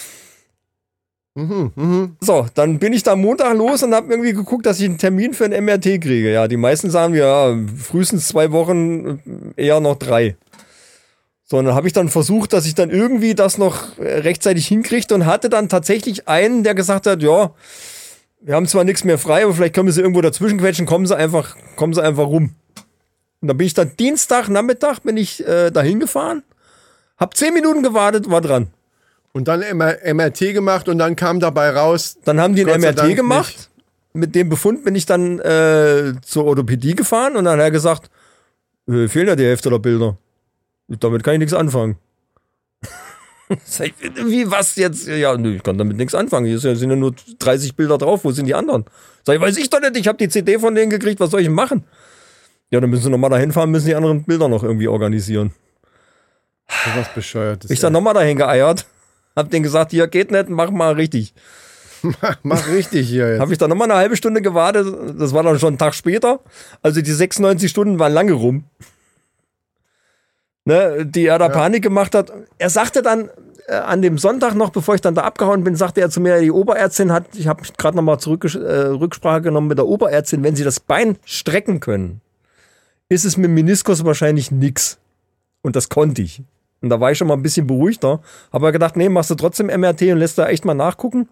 Mhm, mhm. So, dann bin ich da Montag los und habe irgendwie geguckt, dass ich einen Termin für ein M R T kriege. Ja, die meisten sagen mir, ja, frühestens zwei Wochen, eher noch drei. So, und dann habe ich dann versucht, dass ich dann irgendwie das noch rechtzeitig hinkriegte und hatte dann tatsächlich einen, der gesagt hat, ja, wir haben zwar nichts mehr frei, aber vielleicht können wir sie irgendwo dazwischen quetschen, kommen sie einfach, kommen sie einfach rum. Und dann bin ich dann Dienstag, Nachmittag, bin ich äh, da hingefahren, hab zehn Minuten gewartet, war dran. Und dann M R T gemacht und dann kam dabei raus. Dann haben die ein Gott sei M R T Dank gemacht. nicht. Mit dem Befund bin ich dann äh, zur Orthopädie gefahren und dann hat er gesagt, äh, fehlen ja die Hälfte der Bilder. Damit kann ich nichts anfangen. Sag ich, wie, was jetzt? Ja, nö, ich kann damit nichts anfangen. Hier sind ja nur dreißig Bilder drauf. Wo sind die anderen? Sag ich, weiß ich doch nicht. Ich habe die C D von denen gekriegt. Was soll ich machen? Ja, dann müssen sie nochmal dahin fahren, müssen die anderen Bilder noch irgendwie organisieren. So was Bescheuertes. Ich dann nochmal dahin geeiert. Hab denen gesagt, hier geht nicht, mach mal richtig. mach, mach richtig hier jetzt. Hab ich dann nochmal eine halbe Stunde gewartet. Das war dann schon einen Tag später. Also die sechsundneunzig Stunden waren lange rum. Ne, die er da ja. Panik gemacht hat. Er sagte dann äh, an dem Sonntag noch, bevor ich dann da abgehauen bin, sagte er zu mir, die Oberärztin hat, ich habe gerade nochmal zurück äh, Rücksprache genommen mit der Oberärztin, wenn sie das Bein strecken können, ist es mit dem Meniskus wahrscheinlich nix. Und das konnte ich. Und da war ich schon mal ein bisschen beruhigter. Aber gedacht, nee, machst du trotzdem M R T und lässt da echt mal nachgucken.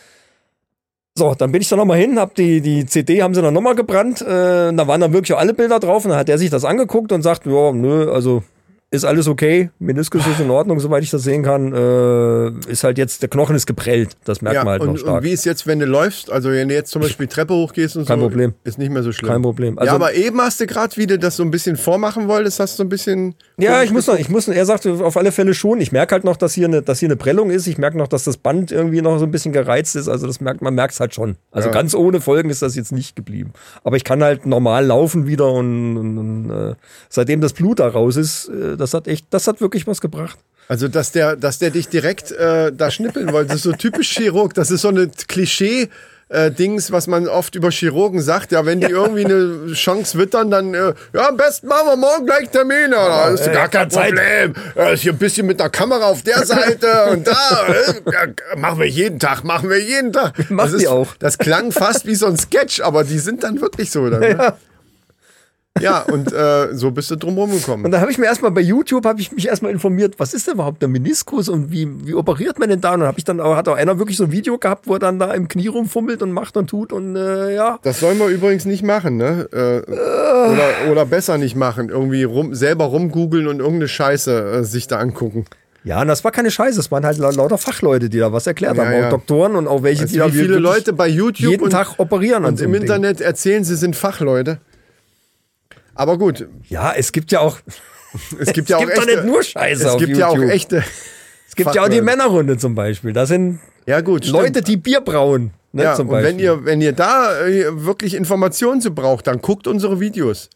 So, dann bin ich da nochmal hin, hab die, die C D haben sie dann nochmal gebrannt. Äh, da waren dann wirklich auch alle Bilder drauf. Und dann hat er sich das angeguckt und sagt, ja, nö, also ist alles okay. Meniskus ist in Ordnung, soweit ich das sehen kann. Äh, ist halt jetzt, der Knochen ist geprellt. Das merkt ja, man halt und, noch stark. Und wie ist jetzt, wenn du läufst? Also wenn du jetzt zum Beispiel Treppe hochgehst und Kein so, Problem. Ist nicht mehr so schlimm. Kein Problem. Also, ja, aber eben hast du gerade wieder das so ein bisschen vormachen wolltest, hast du so ein bisschen... Ja, ich muss noch, ich muss noch, er sagte auf alle Fälle schon. Ich merke halt noch, dass hier eine, dass hier eine Prellung ist. Ich merke noch, dass das Band irgendwie noch so ein bisschen gereizt ist. Also das merkt, man merkt es halt schon. Also ja. ganz ohne Folgen ist das jetzt nicht geblieben. Aber ich kann halt normal laufen wieder und, und, und äh, seitdem das Blut da raus ist, äh, das hat echt, das hat wirklich was gebracht. Also, dass der, dass der dich direkt äh, da schnippeln wollte, das ist so typisch Chirurg. Das ist so eine Klischee- Äh, Dings, was man oft über Chirurgen sagt, ja, wenn die ja. irgendwie eine Chance wittern, dann, äh, ja, am besten machen wir morgen gleich Termin, ja, das ist äh, gar kein Problem. Äh, ist hier ein bisschen mit der Kamera auf der Seite und da, äh, machen wir jeden Tag, machen wir jeden Tag. Machen das die ist, auch. Das klang fast wie so ein Sketch, aber die sind dann wirklich so. Dann, ne? Ja. Ja, und äh, so bist du drumherum gekommen. Und da habe ich mir erstmal bei YouTube, habe ich mich erstmal informiert, was ist denn überhaupt der Meniskus und wie, wie operiert man denn da? Und dann habe ich dann auch, hat auch einer wirklich so ein Video gehabt, wo er dann da im Knie rumfummelt und macht und tut und äh, ja. Das soll man übrigens nicht machen, ne? Äh, äh. Oder, oder besser nicht machen. Irgendwie rum, selber rumgoogeln und irgendeine Scheiße äh, sich da angucken. Ja, und das war keine Scheiße, es waren halt lauter Fachleute, die da was erklärt ja, haben, ja. auch Doktoren und auch welche, also die da viele Leute bei YouTube jeden und, Tag operieren und so im Ding. Internet erzählen, sie sind Fachleute. Aber gut. Ja, es gibt ja auch. Es gibt ja es auch gibt doch echte, nicht nur Scheiße. Es auf gibt YouTube. ja auch echte. Es gibt ja auch die Männerrunde zum Beispiel. Da sind ja, gut, Leute, stimmt. die Bier brauen. Ne, ja, zum und Beispiel. wenn ihr, wenn ihr da äh, wirklich Informationen zu braucht, dann guckt unsere Videos.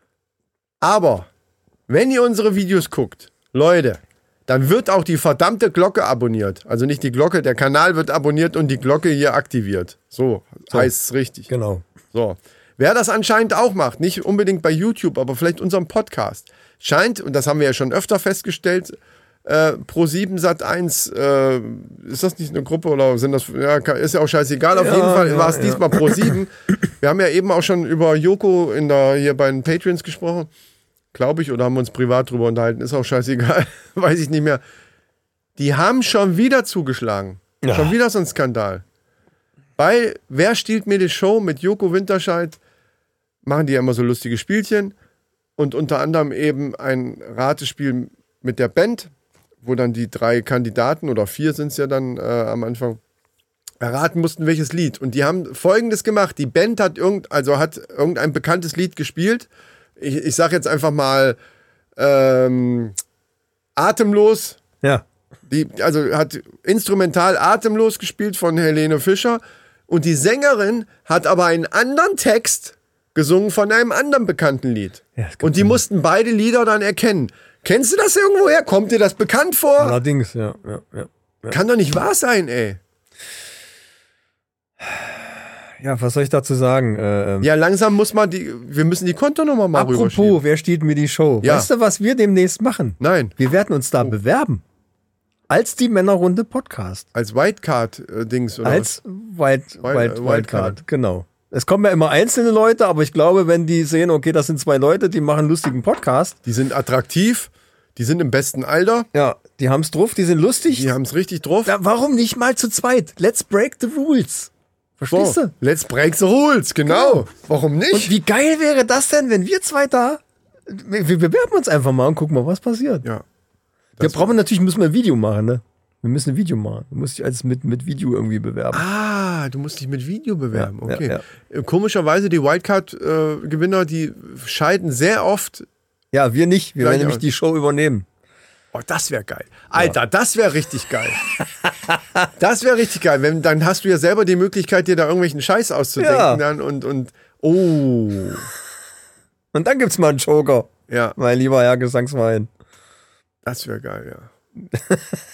Aber wenn ihr unsere Videos guckt, Leute, dann wird auch die verdammte Glocke abonniert. Also nicht die Glocke, der Kanal wird abonniert und die Glocke hier aktiviert. So, so. Heißt es richtig. Genau. So. Wer das anscheinend auch macht, nicht unbedingt bei YouTube, aber vielleicht unserem Podcast, scheint, und das haben wir ja schon öfter festgestellt, äh, Pro sieben Sat eins, äh, ist das nicht eine Gruppe oder sind das, ja, ist ja auch scheißegal, auf ja, jeden Fall ja, war es ja. diesmal Pro sieben. Wir haben ja eben auch schon über Joko in der, hier bei den Patreons gesprochen, glaube ich, oder haben uns privat drüber unterhalten, ist auch scheißegal, weiß ich nicht mehr. Die haben schon wieder zugeschlagen. Ja. Schon wieder so ein Skandal. Bei Wer stiehlt mir die Show mit Joko Winterscheid machen die ja immer so lustige Spielchen und unter anderem eben ein Ratespiel mit der Band, wo dann die drei Kandidaten oder vier sind es ja dann äh, am Anfang erraten mussten, welches Lied. Und die haben Folgendes gemacht. Die Band hat irgend, also hat irgendein bekanntes Lied gespielt. Ich, ich sage jetzt einfach mal ähm, Atemlos. Ja. Die, also hat instrumental Atemlos gespielt von Helene Fischer. Und die Sängerin hat aber einen anderen Text gesungen von einem anderen bekannten Lied. Ja, das und die sein. mussten beide Lieder dann erkennen. Kennst du das irgendwoher? Kommt dir das bekannt vor? Allerdings, ja. ja, ja, ja. Kann doch nicht wahr sein, ey. Ja, was soll ich dazu sagen? Äh, ähm, Ja, langsam muss man die, wir müssen die Kontonummer mal rüberschieben. apropos, wer steht mir die Show? Ja. Weißt du, was wir demnächst machen? Nein, Wir werden uns da bewerben. Als die Männerrunde Podcast. als Wildcard-Dings oder Als Wild, Wild- Wild, Wildcard. Wildcard, genau. Es kommen ja immer einzelne Leute, aber ich glaube, wenn die sehen, okay, das sind zwei Leute, die machen einen lustigen Podcast. was? Die sind attraktiv, die sind im besten Alter, Ja, die haben's drauf, die sind lustig. die haben es richtig drauf. Ja, warum nicht mal zu zweit? Let's break the rules. Verstehst So, du? let's break the rules, genau. Warum nicht? Und wie geil wäre das denn, wenn wir zwei da, wir wir bewerben uns einfach mal und gucken mal, was passiert. ja. Wir brauchen natürlich, müssen wir ein Video machen, ne? Wir müssen ein Video machen. Du musst dich als mit, mit Video irgendwie bewerben. Ah, du musst dich mit Video bewerben. Ja, Okay. ja, Äh, Komischerweise, die Wildcard-Gewinner, die scheiden sehr oft. Ja, wir nicht. Wir Gleich werden nämlich aus. die Show übernehmen. Oh, das wäre geil. Alter, das wäre richtig geil. Das wäre richtig geil. Wenn, dann hast du ja selber die Möglichkeit, dir da irgendwelchen Scheiß auszudenken. Ja. Dann und, und, oh. Und dann gibt's mal einen Joker, Ja, mein lieber Herr Gesangsverein. das wäre geil, ja.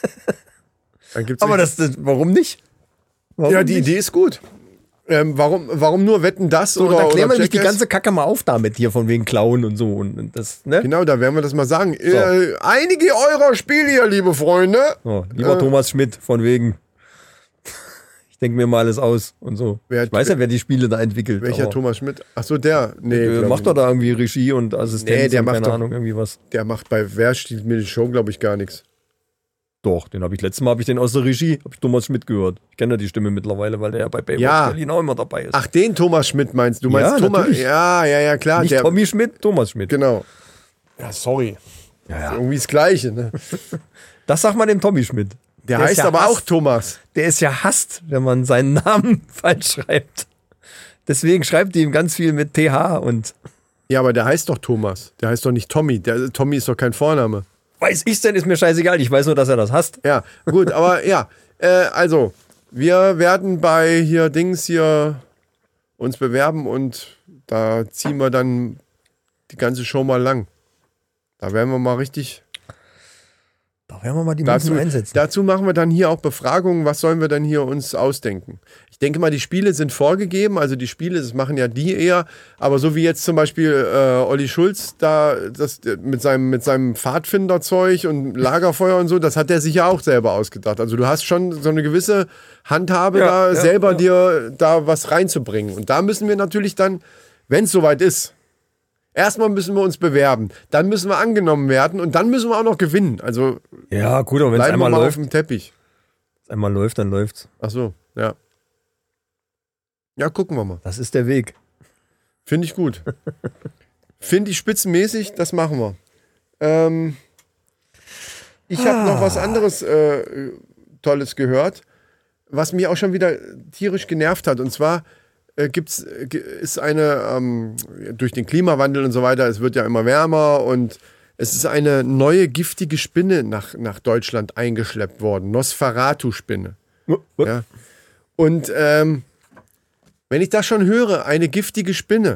Dann gibt's Aber richtig- das, das, warum nicht? Warum ja, die nicht? Idee ist gut. Ähm, warum, warum nur Wetten das So, oder, und dann klären oder wir nämlich die Jackass? ganze Kacke mal auf damit hier, von wegen Klauen und so. Und, und das, ne? Genau, da werden wir das mal sagen. Äh, einige eurer Spiele hier, liebe Freunde. So, lieber Äh. Thomas Schmidt, von wegen. Ich denke mir mal alles aus und so. Wer- ich weiß ja, wer die Spiele da entwickelt. Welcher aber, Thomas Schmidt? Ach so, der. Nee, äh, glaub macht ich er da irgendwie Regie und Assistenz Nee, der und macht keine doch- Ahnung, irgendwie was. nicht. Der macht bei Wer stiehlt mir die Show, glaube ich, gar nichts. Doch, den habe ich letztes Mal habe ich den aus der Regie, habe ich Thomas Schmidt gehört. Ich kenne ja die Stimme mittlerweile, weil der ja bei Baywatch Ja. Berlin auch immer dabei ist. Ach, den Thomas Schmidt meinst du? Du Ja, meinst Thomas? natürlich. Ja, ja, ja, klar. Nicht der, Tommy Schmidt, Thomas Schmidt. Genau. Ja, sorry. Ja, Ist ja. irgendwie das Gleiche, ne? Das sagt man dem Tommy Schmidt. Der, ist heißt ja aber hasst, auch Thomas. Der ist ja hasst, wenn man seinen Namen falsch schreibt. Deswegen schreibt die ihm ganz viel mit T H und Ja, aber der heißt doch Thomas. Der heißt doch nicht Tommy. Der, Tommy ist doch kein Vorname. weiß ich's denn, ist mir scheißegal. Ich weiß nur, dass er das hasst. Ja, gut, aber ja. Äh, also, wir werden bei hier Dings hier uns bewerben und da ziehen wir dann die ganze Show mal lang. Da werden wir mal richtig. Da werden wir mal die Dazu, Münzen einsetzen. dazu machen wir dann hier auch Befragungen, was sollen wir denn hier uns ausdenken. Ich denke mal, die Spiele sind vorgegeben, also die Spiele, das machen ja die eher, aber so wie jetzt zum Beispiel äh, Olli Schulz da das, mit seinem, mit seinem Pfadfinderzeug und Lagerfeuer und so, das hat er sich ja auch selber ausgedacht. Also du hast schon so eine gewisse Handhabe, Ja, da ja, selber ja. dir da was reinzubringen. Und da müssen wir natürlich dann, wenn es soweit ist, erstmal müssen wir uns bewerben, dann müssen wir angenommen werden und dann müssen wir auch noch gewinnen. Also Ja, gut, aber wenn es bleiben wir einmal mal läuft, auf dem Teppich. wenn's einmal läuft, dann läuft's. Ach so, ja. Ja, gucken wir mal. Das ist der Weg. Finde ich gut. Finde ich spitzenmäßig, das machen wir. Ähm, ich habe noch was anderes äh, Tolles gehört, was mich auch schon wieder tierisch genervt hat. Und zwar äh, gibt's, äh, ist eine, ähm, durch den Klimawandel und so weiter, es wird ja immer wärmer und es ist eine neue giftige Spinne nach, nach Deutschland eingeschleppt worden. Nosferatu-Spinne. Ja. Und ähm, wenn ich das schon höre, eine giftige Spinne,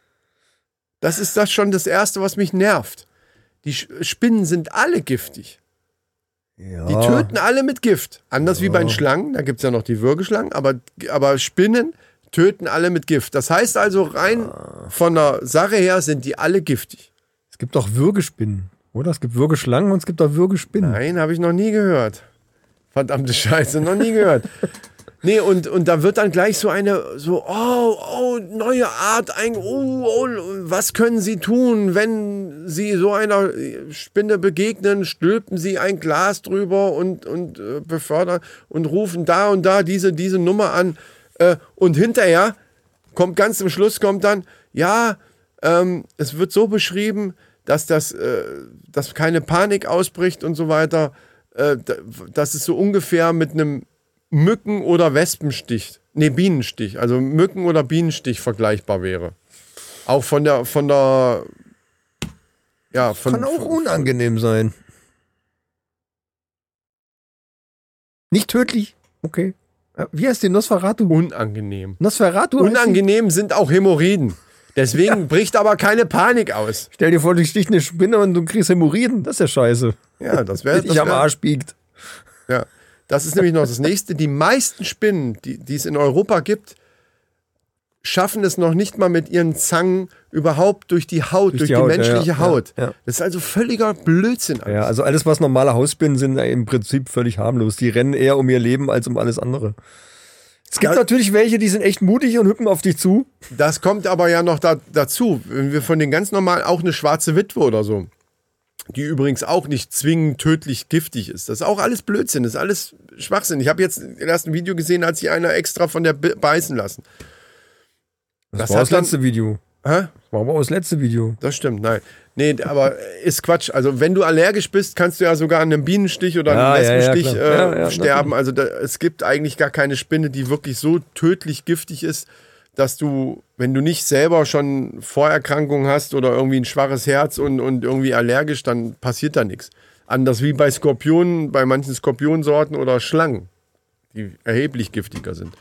das ist das schon das Erste, was mich nervt. Die Sch- Spinnen sind alle giftig. Ja. Die töten alle mit Gift. Anders wie bei den Schlangen, da gibt es ja noch die Würgeschlangen, aber, aber Spinnen töten alle mit Gift. Das heißt also, rein von der Sache her sind die alle giftig. Es gibt doch Würgespinnen, oder? Es gibt Würgeschlangen und es gibt auch Würgespinnen. Nein, habe ich noch nie gehört. Verdammte Scheiße, noch nie gehört. Nee, und, und da wird dann gleich so eine, so, oh, oh, neue Art, ein, oh, oh, was können Sie tun, wenn Sie so einer Spinne begegnen, stülpen Sie ein Glas drüber und, und äh, befördern und rufen da und da diese, diese Nummer an. Äh, und hinterher kommt ganz zum Schluss, kommt dann, ja, ähm, es wird so beschrieben, dass das, äh, dass keine Panik ausbricht und so weiter, äh, dass es so ungefähr mit einem Mücken- oder Wespenstich, nee, Bienenstich, also Mücken- oder Bienenstich vergleichbar wäre. Auch von der, von der, ja, von, Kann auch von, unangenehm sein. Nicht tödlich? Okay. Wie heißt die Nosferatu? Unangenehm. Nosferatu? Unangenehm sind auch Hämorrhoiden. Deswegen ja. bricht aber keine Panik aus. Stell dir vor, du stichst eine Spinne und du kriegst Hämorrhoiden. Das ist ja scheiße. Ja, das wäre... Wenn dich am Arsch biegt. Ja, das ist nämlich noch das Nächste. Die meisten Spinnen, die, die es in Europa gibt, schaffen es noch nicht mal mit ihren Zangen überhaupt durch die Haut, durch, durch die, die Haut, menschliche ja, ja. Haut. Ja, ja. Das ist also völliger Blödsinn. Alles. Ja, also alles, was normale Hausspinnen sind, im Prinzip völlig harmlos. Die rennen eher um ihr Leben als um alles andere. Es gibt das, natürlich welche, die sind echt mutig und hüppen auf dich zu. Das kommt aber ja noch da, dazu. Wenn wir von den ganz normalen, auch eine schwarze Witwe oder so, die übrigens auch nicht zwingend tödlich giftig ist. Das ist auch alles Blödsinn, das ist alles Schwachsinn. Ich habe jetzt erst ein Video gesehen, hat sich einer extra von der beißen lassen. Das, das war das letzte dann, Video. Hä? Das war aber auch das letzte Video. Das stimmt, nein. Nee, aber ist Quatsch. Also wenn du allergisch bist, kannst du ja sogar an einem Bienenstich oder einem ja, Wespenstich ja, ja, äh, ja, ja, sterben. Also da, es gibt eigentlich gar keine Spinne, die wirklich so tödlich giftig ist, dass du, wenn du nicht selber schon Vorerkrankungen hast oder irgendwie ein schwaches Herz und, und irgendwie allergisch, dann passiert da nichts. Anders wie bei Skorpionen, bei manchen Skorpionsorten oder Schlangen, die erheblich giftiger sind.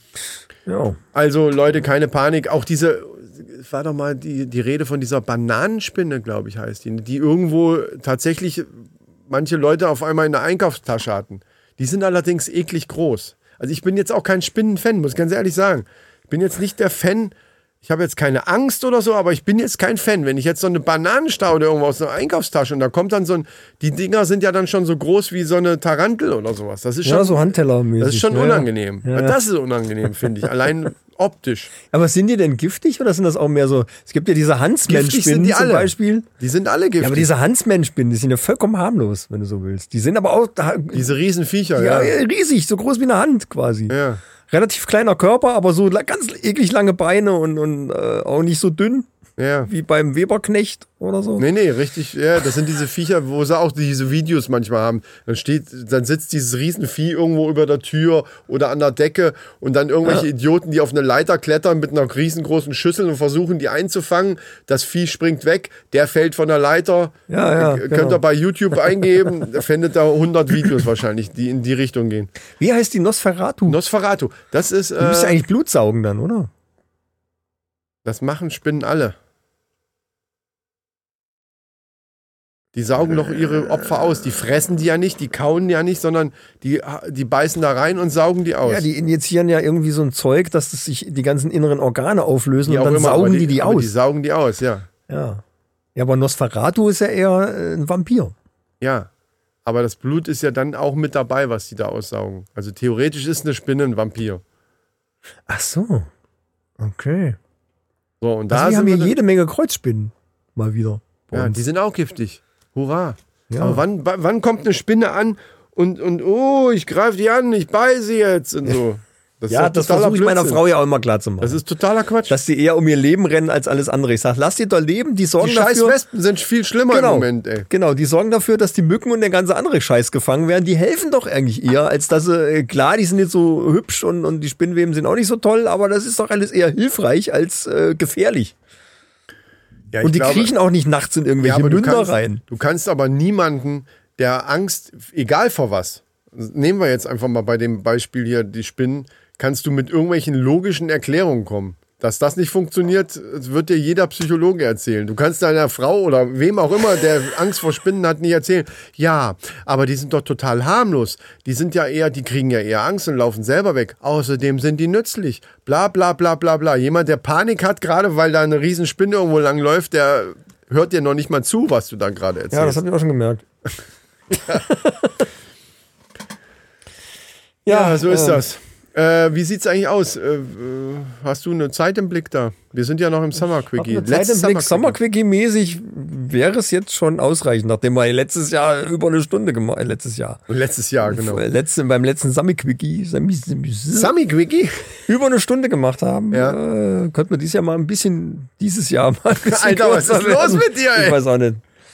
Ja. Also Leute, keine Panik. Auch diese, war doch mal die, die Rede von dieser Bananenspinne, glaube ich, heißt die, die irgendwo tatsächlich manche Leute auf einmal in der Einkaufstasche hatten. Die sind allerdings eklig groß. Also ich bin jetzt auch kein Spinnenfan, muss ich ganz ehrlich sagen. Ich bin jetzt nicht der Fan, ich habe jetzt keine Angst oder so, aber ich bin jetzt kein Fan. Wenn ich jetzt so eine Bananenstaude irgendwo aus einer Einkaufstasche und da kommt dann so ein, die Dinger sind ja dann schon so groß wie so eine Tarantel oder sowas. Das ist schon, ja, so Handtellermäßig. Das ist schon ja. unangenehm. Ja. Das ist unangenehm, finde ich. Allein optisch. Aber sind die denn giftig oder sind das auch mehr so, es gibt ja diese Huntsman-Spinnen die zum alle. Beispiel. Die sind alle giftig. Ja, aber diese Huntsman-Spinnen, die sind ja vollkommen harmlos, wenn du so willst. Die sind aber auch... Diese Riesenviecher, ja. Ja, riesig, so groß wie eine Hand quasi. Ja. Relativ kleiner Körper, aber so ganz eklig lange Beine und, und äh, auch nicht so dünn. Ja. Wie beim Weberknecht oder so. Nee, nee, richtig. Ja, das sind diese Viecher, wo sie auch diese Videos manchmal haben. Dann steht, dann sitzt dieses Riesenvieh irgendwo über der Tür oder an der Decke und dann irgendwelche ja. Idioten, die auf eine Leiter klettern mit einer riesengroßen Schüssel und versuchen, die einzufangen. Das Vieh springt weg, der fällt von der Leiter. Ja, ja, Könnt genau. ihr bei YouTube eingeben, da findet ihr hundert Videos wahrscheinlich, die in die Richtung gehen. Wie heißt die Nosferatu? Nosferatu. Das ist. Du musst ja eigentlich Blut saugen dann, oder? Das machen Spinnen alle. Die saugen doch ihre Opfer aus. Die fressen die ja nicht, die kauen ja nicht, sondern die, die beißen da rein und saugen die aus. Ja, die injizieren ja irgendwie so ein Zeug, dass das sich die ganzen inneren Organe auflösen die und dann immer, saugen die die die aus. Die saugen die aus, ja. Ja. Ja, aber Nosferatu ist ja eher ein Vampir. Ja, aber das Blut ist ja dann auch mit dabei, was die da aussaugen. Also theoretisch ist eine Spinne ein Vampir. Ach so. Okay. So, und da also wir haben hier wir jede Menge Kreuzspinnen. Mal wieder. Ja, uns. Die sind auch giftig. Hurra. Ja. Aber wann, wann kommt eine Spinne an und, und oh, ich greife die an, ich beiße jetzt und so. Das ja, das versuche ich meiner Frau ja auch immer klar zu machen. Das ist totaler Quatsch. Dass die eher um ihr Leben rennen als alles andere. Ich sage, lass die doch leben, die sorgen die dafür... Die scheiß Wespen sind viel schlimmer genau, im Moment, ey. Genau, die sorgen dafür, dass die Mücken und der ganze andere Scheiß gefangen werden. Die helfen doch eigentlich eher, als dass sie... Klar, die sind jetzt so hübsch und, und die Spinnweben sind auch nicht so toll, aber das ist doch alles eher hilfreich als äh, gefährlich. Ja, und die glaube, kriechen auch nicht nachts in irgendwelche ja, Münder du kannst, rein. Du kannst aber niemanden, der Angst, egal vor was, nehmen wir jetzt einfach mal bei dem Beispiel hier die Spinnen, kannst du mit irgendwelchen logischen Erklärungen kommen. Dass das nicht funktioniert, wird dir jeder Psychologe erzählen. Du kannst deiner Frau oder wem auch immer, der Angst vor Spinnen hat, nicht erzählen. Ja, aber die sind doch total harmlos. Die sind ja eher, die kriegen ja eher Angst und laufen selber weg. Außerdem sind die nützlich. Bla bla bla bla bla. Jemand, der Panik hat, gerade weil da eine riesen Spinne irgendwo lang läuft, der hört dir noch nicht mal zu, was du da gerade erzählst. Ja, das habe ich auch schon gemerkt. ja. ja, so ist ähm. das. Äh, wie sieht's eigentlich aus? Äh, hast du eine Zeit im Blick da? Wir sind ja noch im Summer Quickie. Eine Zeit im Blick, Summer Quickie mäßig wäre es jetzt schon ausreichend, nachdem wir letztes Jahr über eine Stunde gemacht haben. Letztes Jahr. Letztes Jahr, genau. Letzte, beim letzten Summer Quickie. Summer Quickie? Über eine Stunde gemacht haben. Ja. Äh, könnten wir dieses Jahr mal ein bisschen, dieses Jahr mal ein bisschen Alter, was ist los mit dir, ey? Ich weiß auch nicht.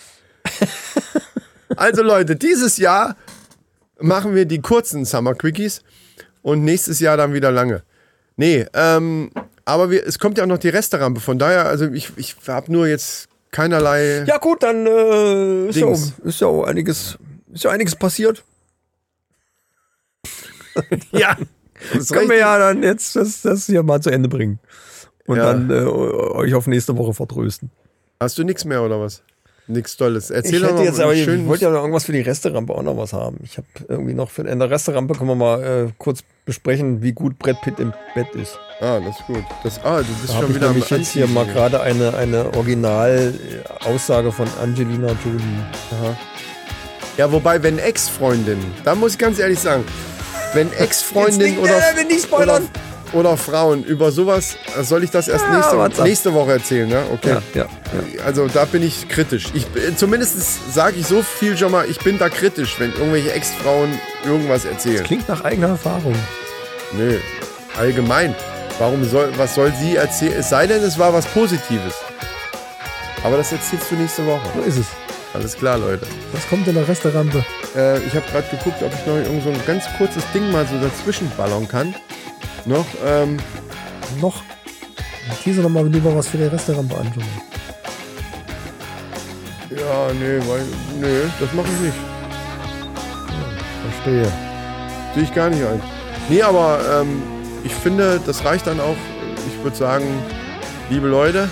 Also Leute, dieses Jahr machen wir die kurzen Summer Quickies. Und nächstes Jahr dann wieder lange. Nee, ähm, aber wir, es kommt ja auch noch die Resterampe. Von daher, also ich, ich habe nur jetzt keinerlei. Ja, gut, dann äh, ist, ja auch, ist ja auch einiges, ist ja einiges passiert. Ja, das können wir ja dann jetzt das, das hier mal zu Ende bringen. Und ja. dann äh, euch auf nächste Woche vertrösten. Hast du nichts mehr oder was? Nichts Tolles. Erzähl ich doch hätte noch jetzt, aber schön. Ich wollte ja noch irgendwas für die Resterampe auch noch was haben. Ich habe irgendwie noch für in der Resterampe können wir mal äh, kurz besprechen, wie gut Brad Pitt im Bett ist. Ah, das ist gut. Das, ah, du bist da schon wieder am ich jetzt hier mal gerade eine, eine Original-Aussage von Angelina Jolie. Aha. Ja, wobei, wenn Ex-Freundin, da muss ich ganz ehrlich sagen, wenn Ex-Freundin oder, äh, nicht oder, oder Frauen über sowas, soll ich das erst ja, nächste, nächste Woche erzählen, ne? Okay. Ja, ja, ja. Also da bin ich kritisch. Ich, zumindest sage ich so viel schon mal, ich bin da kritisch, wenn irgendwelche Ex-Frauen irgendwas erzählen. Das klingt nach eigener Erfahrung. Nö, allgemein. Warum soll, was soll sie erzählen? Es sei denn, es war was Positives. Aber das erzählst du nächste Woche. So ist es. Alles klar, Leute. Was kommt in der Resterampe? Äh, ich habe gerade geguckt, ob ich noch irgend so ein ganz kurzes Ding mal so dazwischen ballern kann. Noch, ähm... Noch? Teaser noch mal lieber was für die Resterampe an, Junge. Ja, nee, weil... Nee, das mache ich nicht. Ja, verstehe. Sehe ich gar nicht ein. Nee, aber, ähm, ich finde, das reicht dann auch. Ich würde sagen, liebe Leute,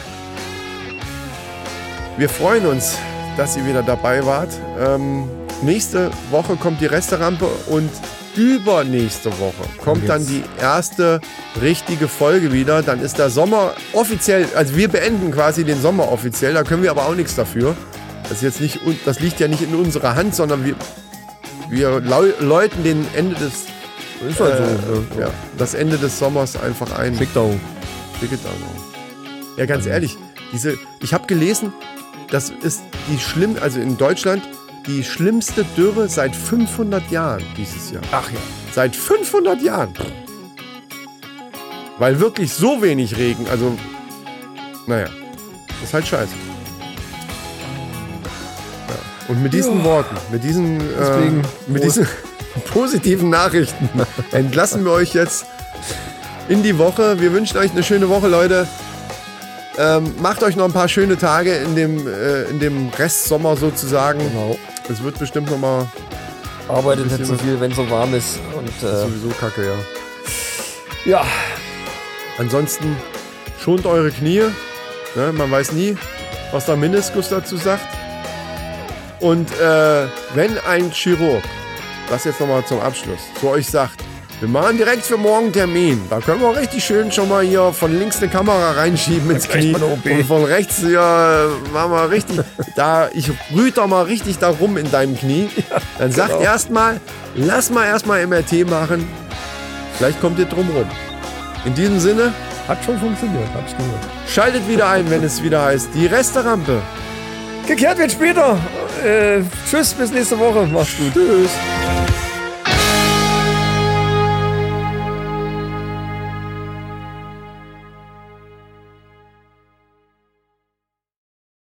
wir freuen uns, dass ihr wieder dabei wart. Ähm, nächste Woche kommt die Resterampe und übernächste Woche kommt dann die erste richtige Folge wieder. Dann ist der Sommer offiziell, also wir beenden quasi den Sommer offiziell, da können wir aber auch nichts dafür. Das, ist jetzt nicht, das liegt ja nicht in unserer Hand, sondern wir, wir läuten den Ende des, ist halt äh, so, ja, das Ende des Sommers einfach ein. Schickt auch. Schickt auch. Ja, ganz ehrlich, diese, ich habe gelesen, das ist die schlimm, also in Deutschland die schlimmste Dürre seit fünfhundert Jahren dieses Jahr. Ach ja. Seit fünfhundert Jahren. Weil wirklich so wenig Regen, also naja, das ist halt scheiße. Ja. Und mit diesen ja. Worten, mit diesen, Deswegen, äh, mit diesen positiven Nachrichten entlassen wir euch jetzt in die Woche. Wir wünschen euch eine schöne Woche, Leute. Ähm, macht euch noch ein paar schöne Tage in dem, äh, in dem Restsommer sozusagen. Genau. Es wird bestimmt noch mal... Arbeitet nicht so viel, wenn es so warm ist. Und, äh, ist sowieso kacke, ja. Ja. Ansonsten schont eure Knie. Ne? Man weiß nie, was der Meniskus dazu sagt. Und äh, wenn ein Chirurg, das jetzt nochmal zum Abschluss, zu euch sagt, wir machen direkt für morgen einen Termin. Da können wir richtig schön schon mal hier von links eine Kamera reinschieben ins Knie. Und von rechts hier machen wir richtig, da, ich rühre da mal richtig da rum in deinem Knie. Dann sagt genau. erstmal, lass mal erstmal M R T machen. Vielleicht kommt ihr drum rum. In diesem Sinne. Hat schon funktioniert, hab's gehört. Schaltet wieder ein, wenn es wieder heißt, die Resterampe. Gekehrt wird später. Äh, tschüss, bis nächste Woche. Mach's gut. Tschüss.